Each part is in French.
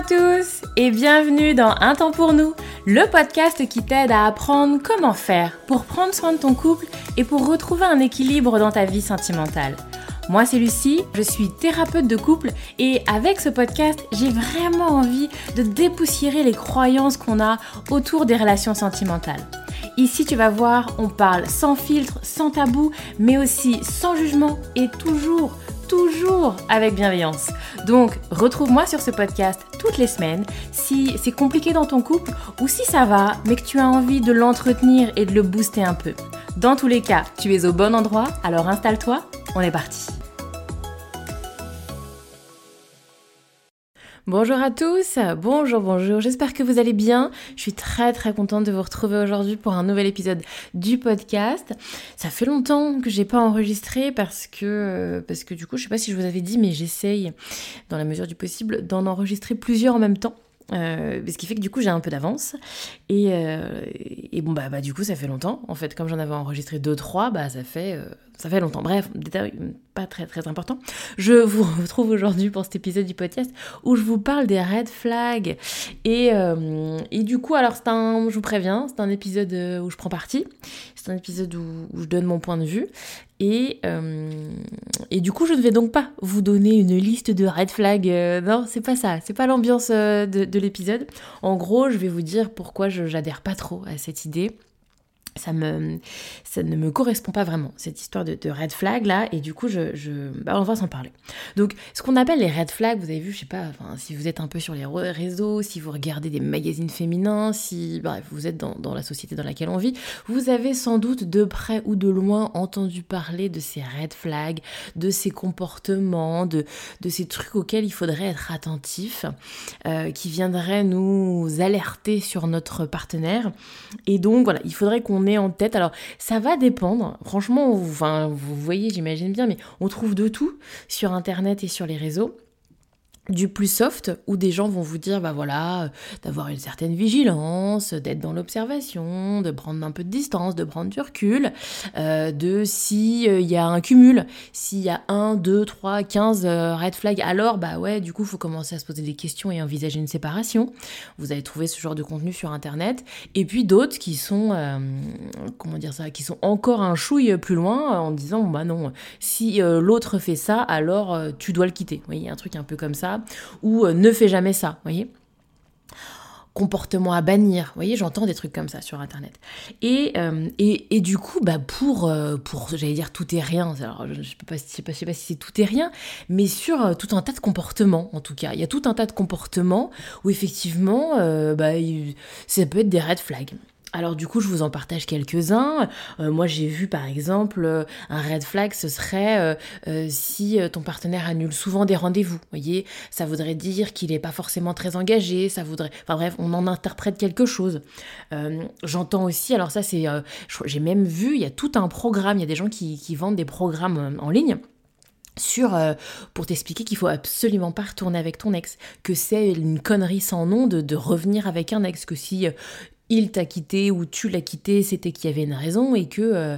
à tous et bienvenue dans Un temps pour nous, le podcast qui t'aide à apprendre comment faire pour prendre soin de ton couple et pour retrouver un équilibre dans ta vie sentimentale. Moi c'est Lucie, je suis thérapeute de couple et avec ce podcast, j'ai vraiment envie de dépoussiérer les croyances qu'on a autour des relations sentimentales. Ici tu vas voir, on parle sans filtre, sans tabou, mais aussi sans jugement et toujours avec bienveillance. Donc, retrouve-moi sur ce podcast toutes les semaines si c'est compliqué dans ton couple ou si ça va, mais que tu as envie de l'entretenir et de le booster un peu. Dans tous les cas, tu es au bon endroit, alors installe-toi, on est parti. Bonjour à tous, bonjour, j'espère que vous allez bien. Je suis très contente de vous retrouver aujourd'hui pour un nouvel épisode du podcast. Ça fait longtemps que j'ai pas enregistré parce que du coup, je sais pas si je vous avais dit, mais j'essaye, dans la mesure du possible, d'en enregistrer plusieurs en même temps. Ce qui fait que du coup j'ai un peu d'avance et bon bah du coup ça fait longtemps en fait, comme j'en avais enregistré 2-3, ça fait longtemps. Bref, détail pas très important. Je vous retrouve aujourd'hui pour cet épisode du podcast où je vous parle des red flags et du coup alors je vous préviens, c'est un épisode où je prends parti, c'est un épisode où je donne mon point de vue et du coup je ne vais donc pas vous donner une liste de red flags, non c'est pas ça, c'est pas l'ambiance de l'épisode. En gros je vais vous dire pourquoi j'adhère pas trop à cette idée. Ça ne me correspond pas vraiment, cette histoire de red flag là, et du coup on va s'en parler. Donc ce qu'on appelle les red flags, vous avez vu, je sais pas, si vous êtes un peu sur les réseaux, si vous regardez des magazines féminins, si bref, vous êtes dans la société dans laquelle on vit, vous avez sans doute de près ou de loin entendu parler de ces red flags, de ces comportements, de ces trucs auxquels il faudrait être attentif, qui viendraient nous alerter sur notre partenaire. Et donc voilà, il faudrait qu'on ait en tête, alors ça va dépendre, franchement, vous voyez, j'imagine bien, mais on trouve de tout sur internet et sur les réseaux. Du plus soft, où des gens vont vous dire, d'avoir une certaine vigilance, d'être dans l'observation, de prendre un peu de distance, de prendre du recul, de si il y a un cumul, s'il y a 1, 2, 3, 15 red flags, alors du coup, il faut commencer à se poser des questions et envisager une séparation. Vous allez trouver ce genre de contenu sur internet. Et puis d'autres qui sont, qui sont encore un chouille plus loin, en disant, non, si l'autre fait ça, alors tu dois le quitter. Vous voyez, un truc un peu comme ça. Ou ne fais jamais ça, vous voyez. Comportement à bannir, vous voyez, j'entends des trucs comme ça sur internet. Et du coup, pour j'allais dire tout et rien, alors je sais pas si c'est tout et rien, mais sur tout un tas de comportements, en tout cas. Il y a tout un tas de comportements où effectivement, ça peut être des red flags. Alors du coup, je vous en partage quelques-uns. Moi, j'ai vu par exemple un red flag, ce serait si ton partenaire annule souvent des rendez-vous. Vous voyez, ça voudrait dire qu'il n'est pas forcément très engagé. Enfin bref, on en interprète quelque chose. J'entends aussi, alors ça c'est, j'ai même vu, il y a tout un programme. Il y a des gens qui vendent des programmes en ligne. Pour t'expliquer qu'il faut absolument pas retourner avec ton ex, que c'est une connerie sans nom de revenir avec un ex, que si il t'a quitté ou tu l'as quitté, c'était qu'il y avait une raison et que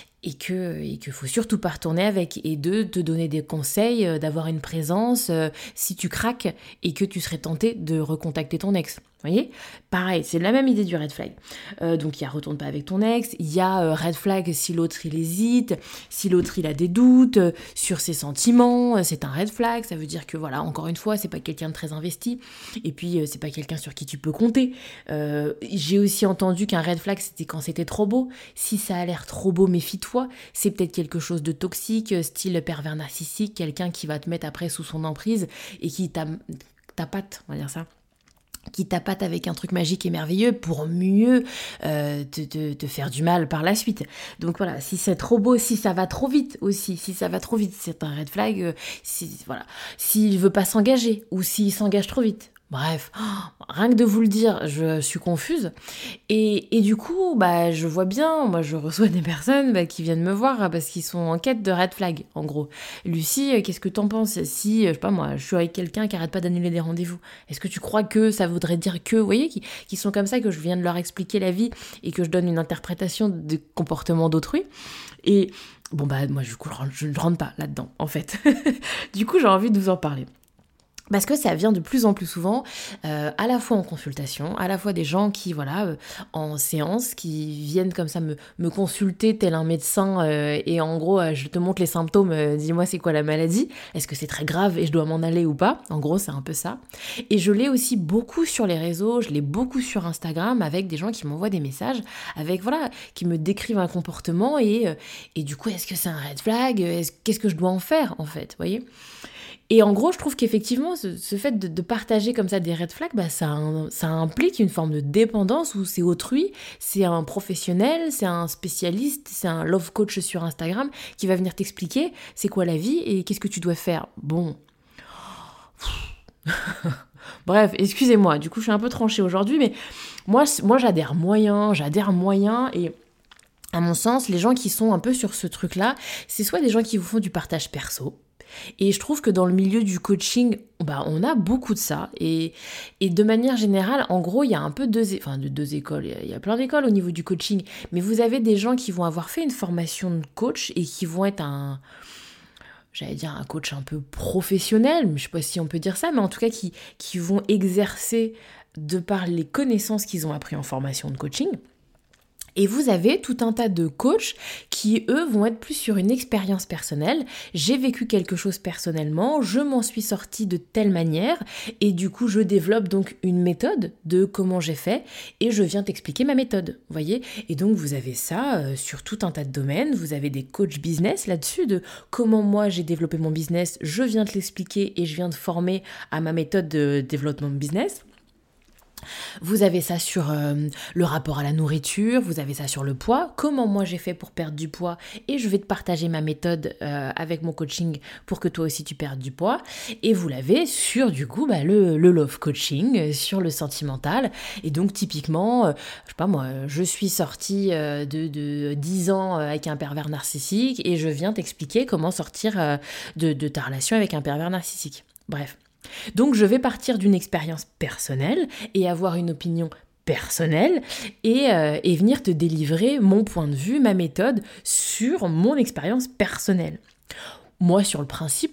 faut surtout pas retourner avec, et de te donner des conseils, d'avoir une présence si tu craques et que tu serais tenté de recontacter ton ex. Vous voyez ? Pareil, c'est la même idée du red flag. Donc il y a retourne pas avec ton ex, il y a red flag si l'autre il hésite, si l'autre il a des doutes sur ses sentiments, c'est un red flag, ça veut dire que voilà, encore une fois, c'est pas quelqu'un de très investi, et puis c'est pas quelqu'un sur qui tu peux compter. J'ai aussi entendu qu'un red flag c'était quand c'était trop beau. Si ça a l'air trop beau, méfie-toi, c'est peut-être quelque chose de toxique, style pervers narcissique, quelqu'un qui va te mettre après sous son emprise et qui tapate, on va dire ça, qui tapate avec un truc magique et merveilleux pour mieux te faire du mal par la suite. Donc voilà, si c'est trop beau, si ça va trop vite aussi, c'est un red flag. S'il veut pas s'engager ou s'il s'engage trop vite. Bref, rien que de vous le dire, je suis confuse. Et du coup, je vois bien, moi je reçois des personnes qui viennent me voir parce qu'ils sont en quête de red flag, en gros. Lucie, qu'est-ce que t'en penses si, je sais pas moi, je suis avec quelqu'un qui arrête pas d'annuler des rendez-vous? Est-ce que tu crois que ça voudrait dire que, vous voyez, qui sont comme ça, que je viens de leur expliquer la vie et que je donne une interprétation de comportement d'autrui? Et moi du coup, je ne rentre pas là-dedans, en fait. Du coup, j'ai envie de vous en parler. Parce que ça vient de plus en plus souvent, à la fois en consultation, à la fois des gens qui, en séance, qui viennent comme ça me consulter tel un médecin, et en gros, je te montre les symptômes, dis-moi c'est quoi la maladie, est-ce que c'est très grave et je dois m'en aller ou pas? En gros, c'est un peu ça. Et je l'ai aussi beaucoup sur les réseaux, je l'ai beaucoup sur Instagram, avec des gens qui m'envoient des messages, qui me décrivent un comportement, et du coup, est-ce que c'est un red flag? Qu'est-ce que je dois en faire, en fait, vous voyez? Et en gros, je trouve qu'effectivement, ce fait de partager comme ça des red flags, ça implique une forme de dépendance où c'est autrui, c'est un professionnel, c'est un spécialiste, c'est un love coach sur Instagram qui va venir t'expliquer c'est quoi la vie et qu'est-ce que tu dois faire. Bon. Bref, excusez-moi, du coup, je suis un peu tranchée aujourd'hui, mais moi j'adhère moyen, et à mon sens, les gens qui sont un peu sur ce truc-là, c'est soit des gens qui vous font du partage perso. Et je trouve que dans le milieu du coaching, on a beaucoup de ça. Et de manière générale, en gros, il y a un peu deux écoles. Il y a plein d'écoles au niveau du coaching. Mais vous avez des gens qui vont avoir fait une formation de coach et qui vont être un coach un peu professionnel. Je ne sais pas si on peut dire ça, mais en tout cas qui vont exercer de par les connaissances qu'ils ont appris en formation de coaching. Et vous avez tout un tas de coachs qui, eux, vont être plus sur une expérience personnelle. J'ai vécu quelque chose personnellement, je m'en suis sortie de telle manière, et du coup, je développe donc une méthode de comment j'ai fait, et je viens t'expliquer ma méthode, vous voyez? Et donc, vous avez ça sur tout un tas de domaines. Vous avez des coachs business là-dessus, de comment moi j'ai développé mon business, je viens te l'expliquer, et je viens te former à ma méthode de développement de business. Vous avez ça sur le rapport à la nourriture, vous avez ça sur le poids, comment moi j'ai fait pour perdre du poids, et je vais te partager ma méthode avec mon coaching pour que toi aussi tu perdes du poids. Et vous l'avez sur du coup le love coaching, sur le sentimental. Et donc typiquement, je sais pas moi, je suis sortie de 10 ans avec un pervers narcissique et je viens t'expliquer comment sortir de ta relation avec un pervers narcissique. Bref. Donc je vais partir d'une expérience personnelle et avoir une opinion personnelle et venir te délivrer mon point de vue, ma méthode sur mon expérience personnelle. Moi, sur le principe,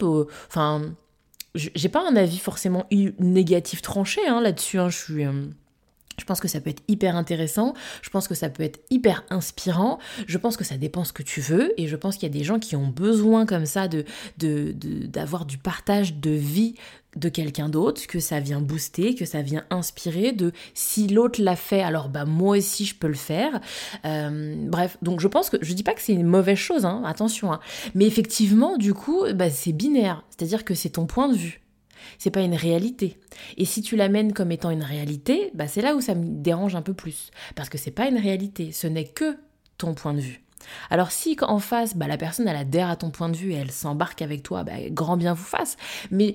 j'ai pas un avis forcément négatif tranché là-dessus. Je pense que ça peut être hyper intéressant, je pense que ça peut être hyper inspirant, je pense que ça dépend ce que tu veux, et je pense qu'il y a des gens qui ont besoin comme ça d'avoir du partage de vie de quelqu'un d'autre, que ça vient booster, que ça vient inspirer, si l'autre l'a fait, alors moi aussi je peux le faire. Bref, donc je dis pas que c'est une mauvaise chose, attention, mais effectivement, du coup, c'est binaire, c'est-à-dire que c'est ton point de vue. C'est pas une réalité. Et si tu l'amènes comme étant une réalité, c'est là où ça me dérange un peu plus. Parce que c'est pas une réalité, ce n'est que ton point de vue. Alors si en face, la personne elle adhère à ton point de vue et elle s'embarque avec toi, grand bien vous fasse. Mais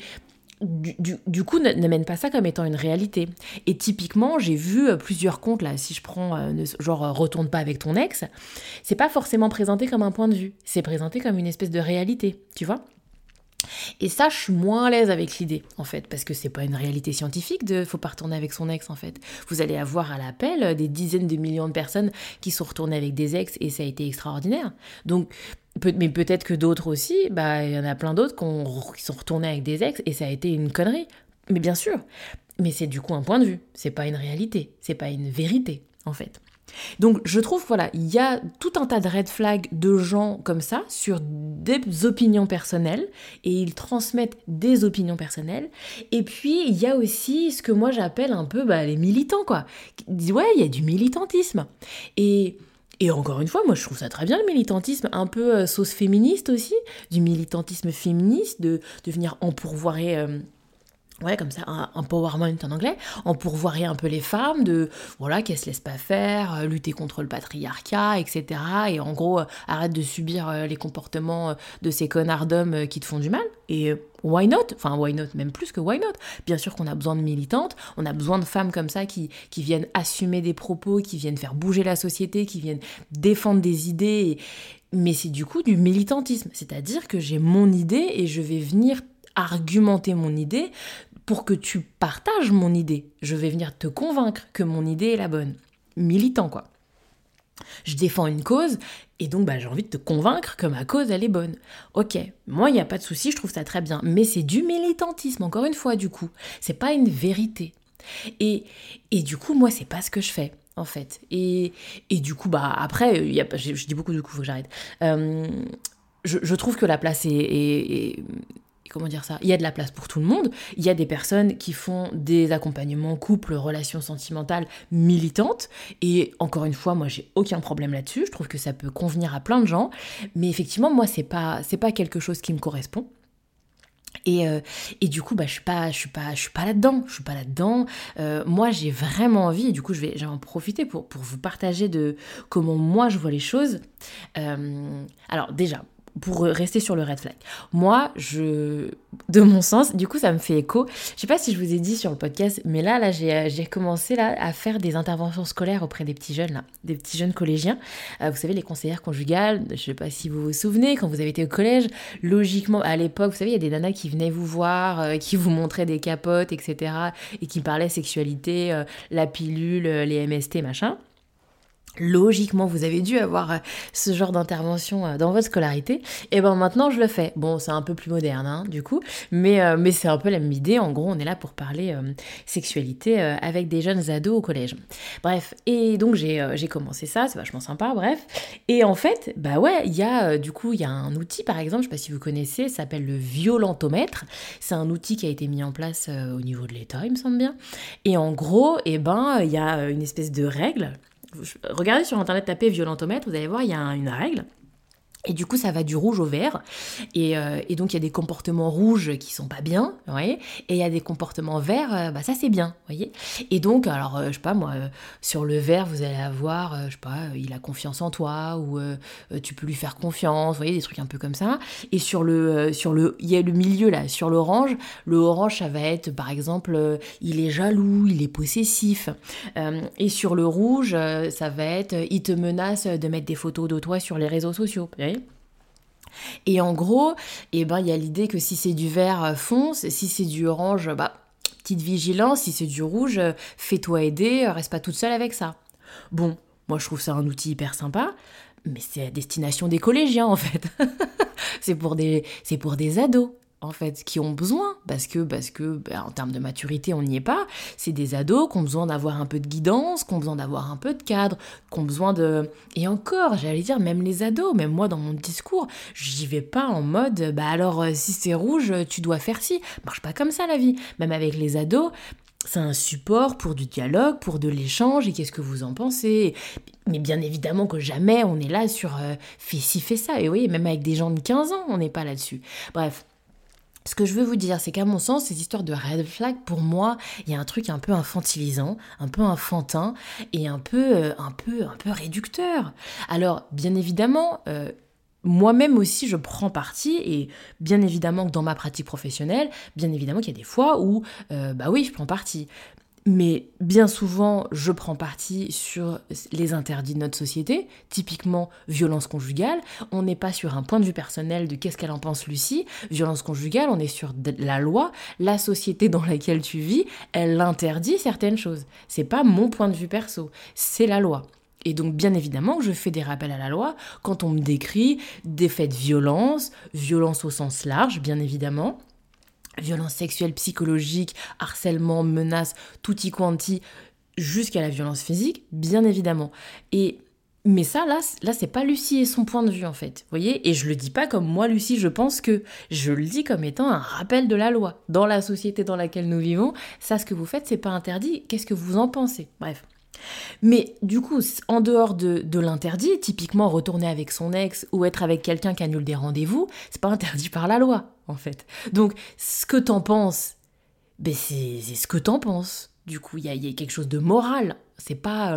du coup, n'amène pas ça comme étant une réalité. Et typiquement, j'ai vu plusieurs comptes, là, si je prends retourne pas avec ton ex, c'est pas forcément présenté comme un point de vue, c'est présenté comme une espèce de réalité, tu vois ? Et ça, je suis moins à l'aise avec l'idée, en fait, parce que c'est pas une réalité scientifique faut pas retourner avec son ex, en fait. Vous allez avoir à l'appel des dizaines de millions de personnes qui sont retournées avec des ex et ça a été extraordinaire. Donc, mais peut-être que d'autres aussi, il y en a plein d'autres qui sont retournés avec des ex et ça a été une connerie. Mais bien sûr, mais c'est du coup un point de vue, c'est pas une réalité, c'est pas une vérité, en fait. Donc je trouve, il y a tout un tas de red flags de gens comme ça sur des opinions personnelles et ils transmettent des opinions personnelles. Et puis il y a aussi ce que moi j'appelle un peu les militants, quoi. Qui disent ouais, il y a du militantisme. Et encore une fois, moi je trouve ça très bien le militantisme, un peu sauce féministe aussi, du militantisme féministe, de venir empourvoirer... comme ça, un empowerment en anglais, empourvoirer un peu les femmes, qu'elles se laissent pas faire, lutter contre le patriarcat, etc. Et en gros, arrête de subir les comportements de ces connards d'hommes qui te font du mal. Et why not ? Enfin, why not ? Même plus que why not ? Bien sûr qu'on a besoin de militantes, on a besoin de femmes comme ça qui viennent assumer des propos, qui viennent faire bouger la société, qui viennent défendre des idées. Mais c'est du coup du militantisme, c'est-à-dire que j'ai mon idée et je vais venir argumenter mon idée pour que tu partages mon idée. Je vais venir te convaincre que mon idée est la bonne. Militant, quoi. Je défends une cause et donc j'ai envie de te convaincre que ma cause elle est bonne. Ok, moi il n'y a pas de souci, je trouve ça très bien, mais c'est du militantisme encore une fois du coup, c'est pas une vérité. Et, et du coup moi c'est pas ce que je fais en fait. Et du coup après je dis beaucoup du coup, faut que j'arrête. Je trouve que la place est comment dire ça, il y a de la place pour tout le monde. Il y a des personnes qui font des accompagnements couple, relations sentimentales militantes. Et encore une fois, moi, j'ai aucun problème là-dessus. Je trouve que ça peut convenir à plein de gens. Mais effectivement, moi, c'est pas quelque chose qui me correspond. Et du coup, je suis pas là-dedans. Je suis pas là-dedans. Moi, j'ai vraiment envie, et du coup, je vais en profiter pour vous partager de comment moi je vois les choses. Alors déjà, pour rester sur le red flag. Moi, de mon sens, du coup, ça me fait écho. Je sais pas si je vous ai dit sur le podcast, mais là j'ai commencé à faire des interventions scolaires auprès des petits jeunes, là, des petits jeunes collégiens. Vous savez, les conseillères conjugales, je sais pas si vous vous souvenez, quand vous avez été au collège, logiquement, à l'époque, vous savez, il y a des nanas qui venaient vous voir, qui vous montraient des capotes, etc., et qui parlaient sexualité, la pilule, les MST, machin. Logiquement, vous avez dû avoir ce genre d'intervention dans votre scolarité. Et maintenant, je le fais. Bon, c'est un peu plus moderne, hein, du coup, mais c'est un peu la même idée. En gros, on est là pour parler sexualité avec des jeunes ados au collège. Bref, et donc j'ai commencé ça, c'est vachement sympa, bref. Et en fait, il y a un outil, par exemple, je sais pas si vous connaissez, ça s'appelle le violentomètre. C'est un outil qui a été mis en place au niveau de l'État, il me semble bien. Et en gros, il y a une espèce de règle. Regardez sur internet, tapez violentomètre, vous allez voir, il y a une règle. Et du coup, ça va du rouge au vert. Et donc, il y a des comportements rouges qui sont pas bien, vous voyez. Et il y a des comportements verts, ça c'est bien, vous voyez. Et donc, alors, je sais pas moi, sur le vert, vous allez avoir, je sais pas, il a confiance en toi, ou tu peux lui faire confiance, vous voyez, des trucs un peu comme ça. Et il y a le milieu là, sur l'orange. Le orange, ça va être, par exemple, il est jaloux, il est possessif. Et sur le rouge, ça va être, il te menace de mettre des photos de toi sur les réseaux sociaux, vous voyez. Et en gros, il y a l'idée que si c'est du vert, fonce, si c'est du orange, petite vigilance, si c'est du rouge, fais-toi aider, reste pas toute seule avec ça. Bon, moi je trouve ça un outil hyper sympa, mais c'est à destination des collégiens en fait. c'est pour des ados en fait, qui ont besoin, parce que en termes de maturité, on n'y est pas. C'est des ados qui ont besoin d'avoir un peu de guidance, qui ont besoin d'avoir un peu de cadre, qui ont besoin de... Et encore, j'allais dire, même les ados, même moi dans mon discours, j'y vais pas en mode, alors si c'est rouge, tu dois faire ci. Marche pas comme ça la vie. Même avec les ados, c'est un support pour du dialogue, pour de l'échange, et qu'est-ce que vous en pensez? Mais bien évidemment que jamais on est là sur fais ci, fais ça. Et oui, même avec des gens de 15 ans, on n'est pas là-dessus. Bref. Ce que je veux vous dire, c'est qu'à mon sens, ces histoires de red flag, pour moi, il y a un truc un peu infantilisant, un peu enfantin et un peu réducteur. Alors, bien évidemment, moi-même aussi, je prends parti et bien évidemment que dans ma pratique professionnelle, bien évidemment qu'il y a des fois où, oui, je prends parti. Mais bien souvent, je prends parti sur les interdits de notre société, typiquement violence conjugale. On n'est pas sur un point de vue personnel de qu'est-ce qu'elle en pense Lucie. Violence conjugale, on est sur la loi. La société dans laquelle tu vis, elle interdit certaines choses. C'est pas mon point de vue perso, c'est la loi. Et donc, bien évidemment, que je fais des rappels à la loi quand on me décrit des faits de violence, violence au sens large, bien évidemment. Violence sexuelle, psychologique, harcèlement, menace, tutti quanti, jusqu'à la violence physique, bien évidemment. Mais ça, là, c'est pas Lucie et son point de vue, en fait. Vous voyez? Et je le dis pas comme moi, Lucie, je pense que... Je le dis comme étant un rappel de la loi. Dans la société dans laquelle nous vivons, ça, ce que vous faites, c'est pas interdit. Qu'est-ce que vous en pensez? Bref. Mais du coup, en dehors de l'interdit, typiquement retourner avec son ex ou être avec quelqu'un qui annule des rendez-vous, c'est pas interdit par la loi, en fait. Donc, ce que t'en penses, c'est ce que t'en penses. Du coup, il y a quelque chose de moral. C'est pas...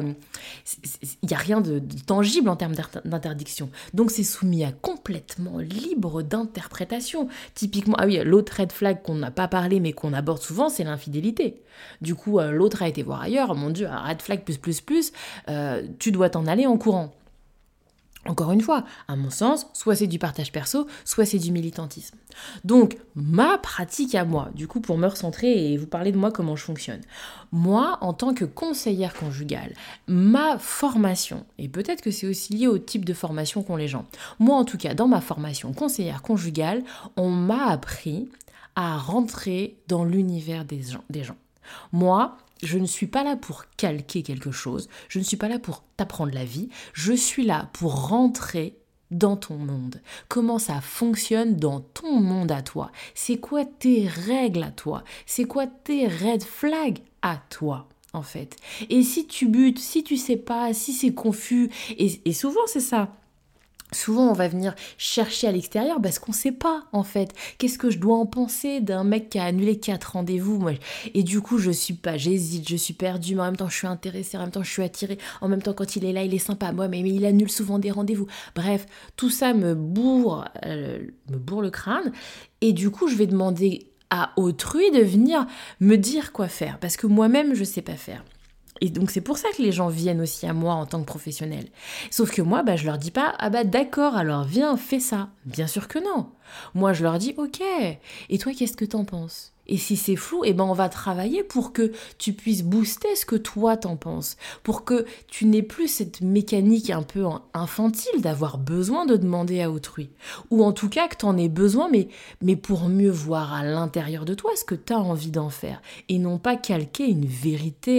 Il n'y a rien de tangible en termes d'interdiction. Donc, c'est soumis à complètement libre d'interprétation. Typiquement, l'autre red flag qu'on n'a pas parlé, mais qu'on aborde souvent, c'est l'infidélité. Du coup, l'autre a été voir ailleurs. Mon Dieu, red flag plus, tu dois t'en aller en courant. Encore une fois, à mon sens, soit c'est du partage perso, soit c'est du militantisme. Donc, ma pratique à moi, du coup, pour me recentrer et vous parler de moi, comment je fonctionne. Moi, en tant que conseillère conjugale, ma formation, et peut-être que c'est aussi lié au type de formation qu'ont les gens. Moi, en tout cas, dans ma formation conseillère conjugale, on m'a appris à rentrer dans l'univers des gens. Moi, je ne suis pas là pour calquer quelque chose, je ne suis pas là pour t'apprendre la vie, je suis là pour rentrer dans ton monde. Comment ça fonctionne dans ton monde à toi? C'est quoi tes règles à toi? C'est quoi tes red flags à toi? En fait. Et si tu butes, si tu sais pas, si c'est confus, et souvent c'est ça. Souvent, on va venir chercher à l'extérieur parce qu'on ne sait pas, en fait. Qu'est-ce que je dois en penser d'un mec qui a annulé 4 rendez-vous, moi. Et du coup, j'hésite, je suis perdue, mais en même temps, je suis intéressée, en même temps, je suis attirée. En même temps, quand il est là, il est sympa. Moi, mais il annule souvent des rendez-vous. Bref, tout ça me bourre le crâne. Et du coup, je vais demander à autrui de venir me dire quoi faire. Parce que moi-même, je ne sais pas faire. Et donc c'est pour ça que les gens viennent aussi à moi en tant que professionnel. Sauf que moi, je leur dis pas, ah d'accord, alors viens, fais ça. Bien sûr que non. Moi, je leur dis, ok, et toi, qu'est-ce que t'en penses? Et si c'est flou, on va travailler pour que tu puisses booster ce que toi t'en penses. Pour que tu n'aies plus cette mécanique un peu infantile d'avoir besoin de demander à autrui. Ou en tout cas que t'en aies besoin, mais pour mieux voir à l'intérieur de toi ce que t'as envie d'en faire. Et non pas calquer une vérité...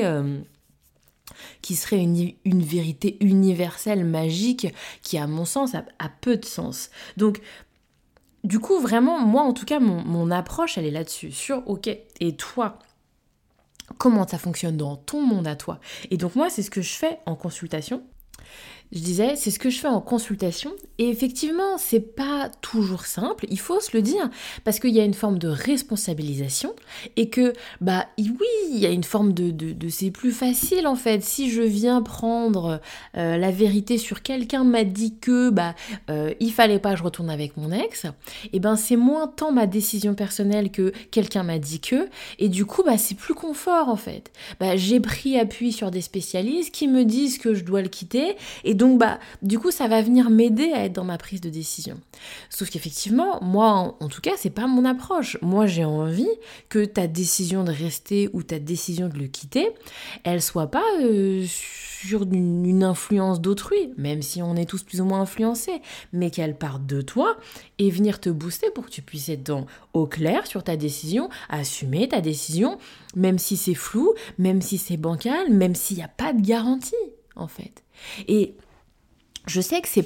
qui serait une vérité universelle, magique, qui à mon sens a peu de sens. Donc du coup vraiment, moi en tout cas, mon approche elle est là-dessus, sur ok, et toi, comment ça fonctionne dans ton monde à toi? Et donc moi c'est ce que je fais en consultation. Je disais, c'est ce que je fais en consultation. Et effectivement, c'est pas toujours simple, il faut se le dire, parce qu'il y a une forme de responsabilisation et que, oui, il y a une forme de c'est plus facile en fait. Si je viens prendre la vérité sur quelqu'un m'a dit que il fallait pas que je retourne avec mon ex, c'est moins tant ma décision personnelle que quelqu'un m'a dit que, et du coup, c'est plus confort en fait. J'ai pris appui sur des spécialistes qui me disent que je dois le quitter, et donc, du coup, ça va venir m'aider à être dans ma prise de décision. Sauf qu'effectivement, moi, en tout cas, c'est pas mon approche. Moi, j'ai envie que ta décision de rester ou ta décision de le quitter, elle soit pas sur une influence d'autrui, même si on est tous plus ou moins influencés, mais qu'elle parte de toi et venir te booster pour que tu puisses être au clair sur ta décision, assumer ta décision, même si c'est flou, même si c'est bancal, même s'il n'y a pas de garantie, en fait. Et je sais que c'est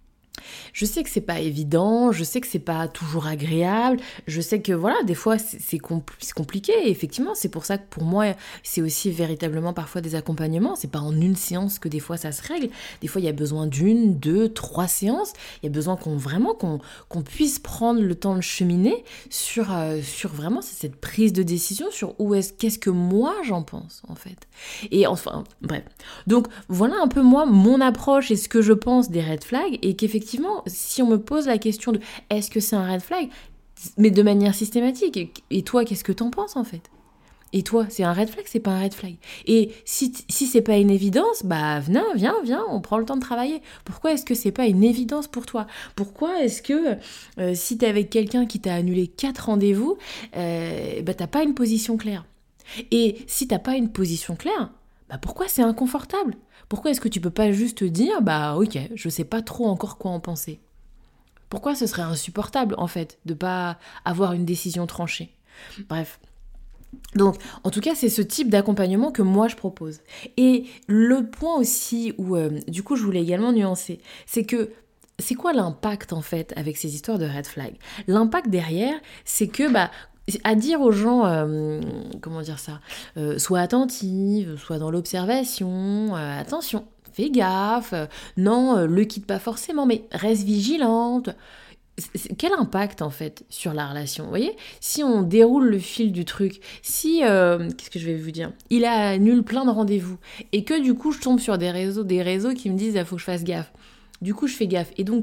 pas évident, je sais que c'est pas toujours agréable, je sais que voilà, des fois c'est compliqué, et effectivement, c'est pour ça que pour moi, c'est aussi véritablement parfois des accompagnements, c'est pas en une séance que des fois ça se règle, des fois il y a besoin d'une, 2, 3 séances, il y a besoin qu'on puisse prendre le temps de cheminer sur vraiment cette prise de décision, sur qu'est-ce que moi j'en pense en fait. Et enfin, bref. Donc voilà un peu moi, mon approche et ce que je pense des red flags, et qu'effectivement, si on me pose la question de est-ce que c'est un red flag, mais de manière systématique, et toi, qu'est-ce que t'en penses en fait? Et toi, c'est un red flag, c'est pas un red flag? Et si c'est pas une évidence, viens, on prend le temps de travailler. Pourquoi est-ce que c'est pas une évidence pour toi? Pourquoi est-ce que si t'es avec quelqu'un qui t'a annulé 4 rendez-vous, t'as pas une position claire? Et si t'as pas une position claire, pourquoi c'est inconfortable? Pourquoi est-ce que tu peux pas juste te dire, ok, je sais pas trop encore quoi en penser? Pourquoi ce serait insupportable, en fait, de pas avoir une décision tranchée? Bref. Donc, en tout cas, c'est ce type d'accompagnement que moi je propose. Et le point aussi où, du coup, je voulais également nuancer, c'est que c'est quoi l'impact, en fait, avec ces histoires de red flag? L'impact derrière, c'est que, à dire aux gens, comment dire ça, sois attentive, sois dans l'observation, attention, fais gaffe, non, le quitte pas forcément, mais reste vigilante. Quel impact en fait sur la relation? Vous voyez, si on déroule le fil du truc, si, qu'est-ce que je vais vous dire, il annule plein de rendez-vous, et que du coup je tombe sur des réseaux qui me disent, il faut que je fasse gaffe. Du coup je fais gaffe, et donc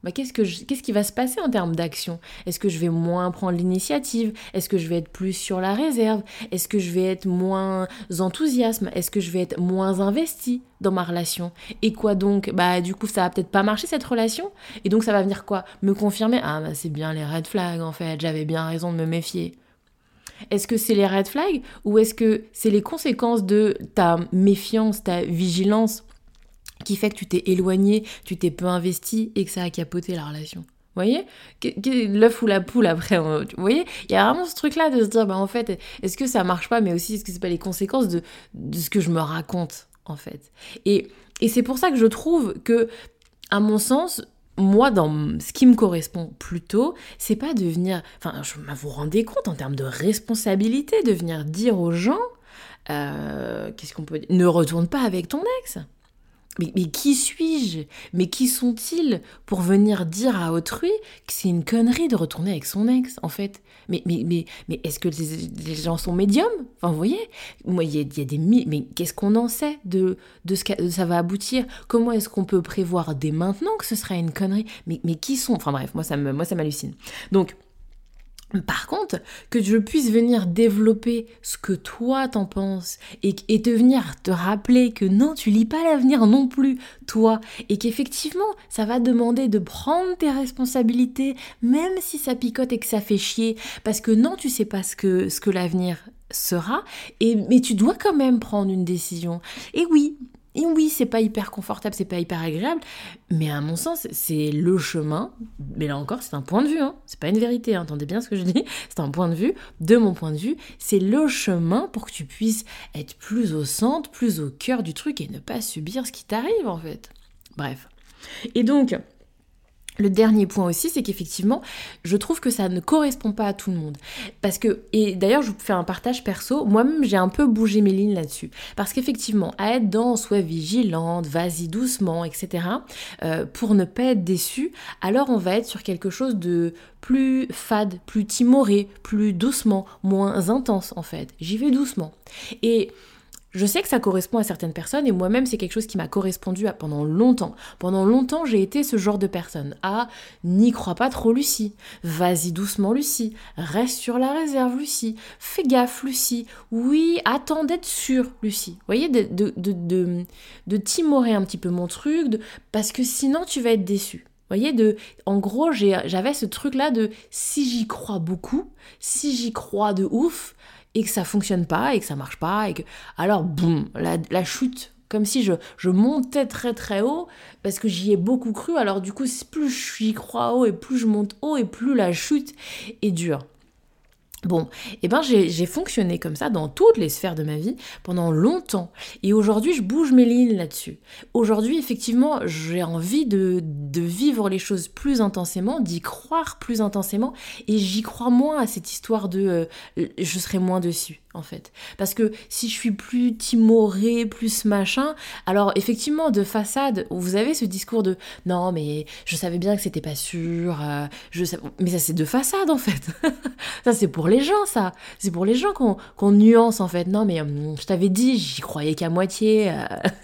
qu'est-ce qui va se passer en termes d'action? Est-ce que je vais moins prendre l'initiative? Est-ce que je vais être plus sur la réserve? Est-ce que je vais être moins enthousiaste? Est-ce que je vais être moins investi dans ma relation? Et quoi donc? Du coup, ça va peut-être pas marcher cette relation. Et donc, ça va venir quoi? Me confirmer, c'est bien les red flags en fait, j'avais bien raison de me méfier. Est-ce que c'est les red flags ou est-ce que c'est les conséquences de ta méfiance, ta vigilance qui fait que tu t'es éloigné, tu t'es peu investi et que ça a capoté la relation? Vous voyez? L'œuf ou la poule après, vous voyez? Il y a vraiment ce truc-là de se dire, en fait, est-ce que ça marche pas, mais aussi est-ce que c'est pas les conséquences de ce que je me raconte, en fait? Et c'est pour ça que je trouve que, à mon sens, moi, dans ce qui me correspond plutôt, c'est pas de venir... vous vous rendez compte en termes de responsabilité de venir dire aux gens, qu'est-ce qu'on peut dire? Ne retourne pas avec ton ex. Mais qui suis-je? Mais qui sont-ils pour venir dire à autrui que c'est une connerie de retourner avec son ex, en fait? Mais est-ce que les gens sont médiums? Vous voyez? Moi, il y a des... Mais qu'est-ce qu'on en sait de ce que ça va aboutir? Comment est-ce qu'on peut prévoir dès maintenant que ce serait une connerie? Mais qui sont... Bref, moi, ça m'hallucine. Donc... Par contre, que je puisse venir développer ce que toi t'en penses et te venir te rappeler que non, tu lis pas l'avenir non plus, toi, et qu'effectivement, ça va demander de prendre tes responsabilités, même si ça picote et que ça fait chier, parce que non, tu sais pas ce que l'avenir sera, mais tu dois quand même prendre une décision. Et oui, c'est pas hyper confortable, c'est pas hyper agréable, mais à mon sens, c'est le chemin. Mais là encore, c'est un point de vue, c'est pas une vérité, entendez bien ce que je dis, c'est un point de vue. De mon point de vue, c'est le chemin pour que tu puisses être plus au centre, plus au cœur du truc et ne pas subir ce qui t'arrive en fait. Bref. Et donc... Le dernier point aussi, c'est qu'effectivement, je trouve que ça ne correspond pas à tout le monde. Parce que, et d'ailleurs, je vous fais un partage perso, moi-même, j'ai un peu bougé mes lignes là-dessus. Parce qu'effectivement, à être dans, sois vigilante, vas-y doucement, etc., pour ne pas être déçu, alors on va être sur quelque chose de plus fade, plus timoré, plus doucement, moins intense, en fait. J'y vais doucement. Et... je sais que ça correspond à certaines personnes et moi-même, c'est quelque chose qui m'a correspondu pendant longtemps. Pendant longtemps, j'ai été ce genre de personne. N'y crois pas trop, Lucie. Vas-y doucement, Lucie. Reste sur la réserve, Lucie. Fais gaffe, Lucie. Oui, attends d'être sûre, Lucie. Vous voyez, de timorer un petit peu mon truc, parce que sinon, tu vas être déçue. Vous voyez, en gros, j'avais ce truc-là de si j'y crois beaucoup, si j'y crois de ouf, et que ça fonctionne pas, et que ça marche pas, et que... alors, boum, la chute, comme si je montais très très haut, parce que j'y ai beaucoup cru, alors du coup, plus j'y crois haut, et plus je monte haut, et plus la chute est dure. Bon, j'ai fonctionné comme ça dans toutes les sphères de ma vie pendant longtemps. Et aujourd'hui, je bouge mes lignes là-dessus. Aujourd'hui, effectivement, j'ai envie de vivre les choses plus intensément, d'y croire plus intensément. Et j'y crois moins à cette histoire de je serai moins dessus, en fait. Parce que si je suis plus timorée, plus machin, alors effectivement, de façade, vous avez ce discours de non, mais je savais bien que c'était pas sûr. Mais ça, c'est de façade, en fait. Ça, c'est pour les gens, ça. C'est pour les gens qu'on nuance, en fait. Non, mais je t'avais dit, j'y croyais qu'à moitié.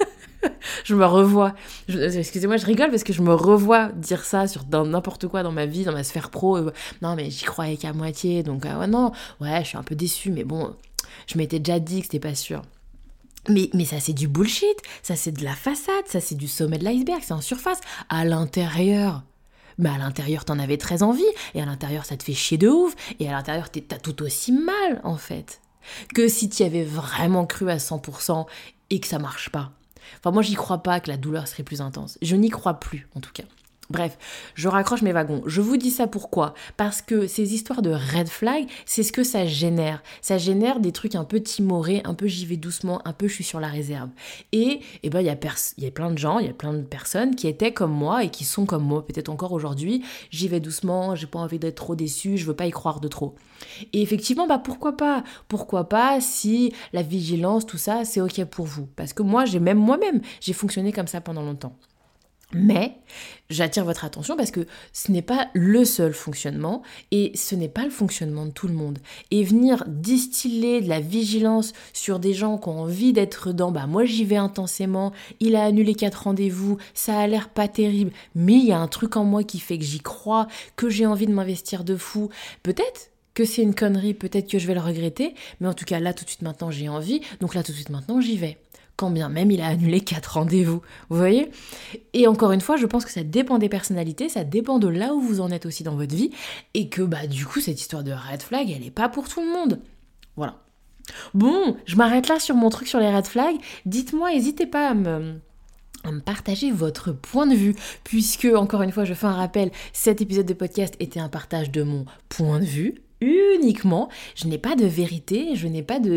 Je me revois. Excusez-moi, je rigole parce que je me revois dire ça dans n'importe quoi dans ma vie, dans ma sphère pro. Non, mais j'y croyais qu'à moitié. Donc, je suis un peu déçue. Mais bon, je m'étais déjà dit que c'était pas sûr. Mais ça, c'est du bullshit. Ça, c'est de la façade. Ça, c'est du sommet de l'iceberg. C'est en surface. À l'intérieur... mais à l'intérieur, t'en avais très envie, et à l'intérieur, ça te fait chier de ouf, et à l'intérieur, t'as tout aussi mal, en fait, que si t'y avais vraiment cru à 100% et que ça marche pas. Enfin, moi, j'y crois pas que la douleur serait plus intense. Je n'y crois plus, en tout cas. Bref, je raccroche mes wagons. Je vous dis ça pourquoi? Parce que ces histoires de red flag, c'est ce que ça génère. Ça génère des trucs un peu timorés, un peu j'y vais doucement, un peu je suis sur la réserve. Et il y a plein de gens, il y a plein de personnes qui étaient comme moi et qui sont comme moi, peut-être encore aujourd'hui. J'y vais doucement, j'ai pas envie d'être trop déçue, je veux pas y croire de trop. Et effectivement, pourquoi pas? Pourquoi pas si la vigilance, tout ça, c'est ok pour vous? Parce que moi-même, j'ai fonctionné comme ça pendant longtemps. Mais j'attire votre attention parce que ce n'est pas le seul fonctionnement et ce n'est pas le fonctionnement de tout le monde. Et venir distiller de la vigilance sur des gens qui ont envie d'être dedans, moi j'y vais intensément, il a annulé 4 rendez-vous, ça a l'air pas terrible, mais il y a un truc en moi qui fait que j'y crois, que j'ai envie de m'investir de fou. Peut-être que c'est une connerie, peut-être que je vais le regretter, mais en tout cas là tout de suite maintenant j'ai envie, donc là tout de suite maintenant j'y vais. Quand bien même il a annulé 4 rendez-vous, vous voyez ? Et encore une fois, je pense que ça dépend des personnalités, ça dépend de là où vous en êtes aussi dans votre vie, et que du coup, cette histoire de red flag, elle n'est pas pour tout le monde. Voilà. Bon, je m'arrête là sur mon truc sur les red flags. Dites-moi, n'hésitez pas à me partager votre point de vue, puisque, encore une fois, je fais un rappel, cet épisode de podcast était un partage de mon point de vue, uniquement, je n'ai pas de vérité, je n'ai pas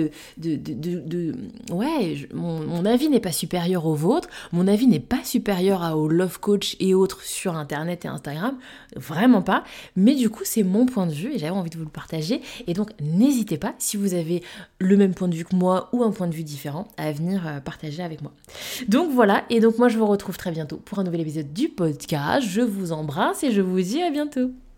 mon avis n'est pas supérieur au vôtre, mon avis n'est pas supérieur au love coach et autres sur internet et Instagram, vraiment pas, mais du coup c'est mon point de vue et j'avais envie de vous le partager, et donc n'hésitez pas, si vous avez le même point de vue que moi ou un point de vue différent, à venir partager avec moi. Donc voilà, et donc moi je vous retrouve très bientôt pour un nouvel épisode du podcast, je vous embrasse et je vous dis à bientôt.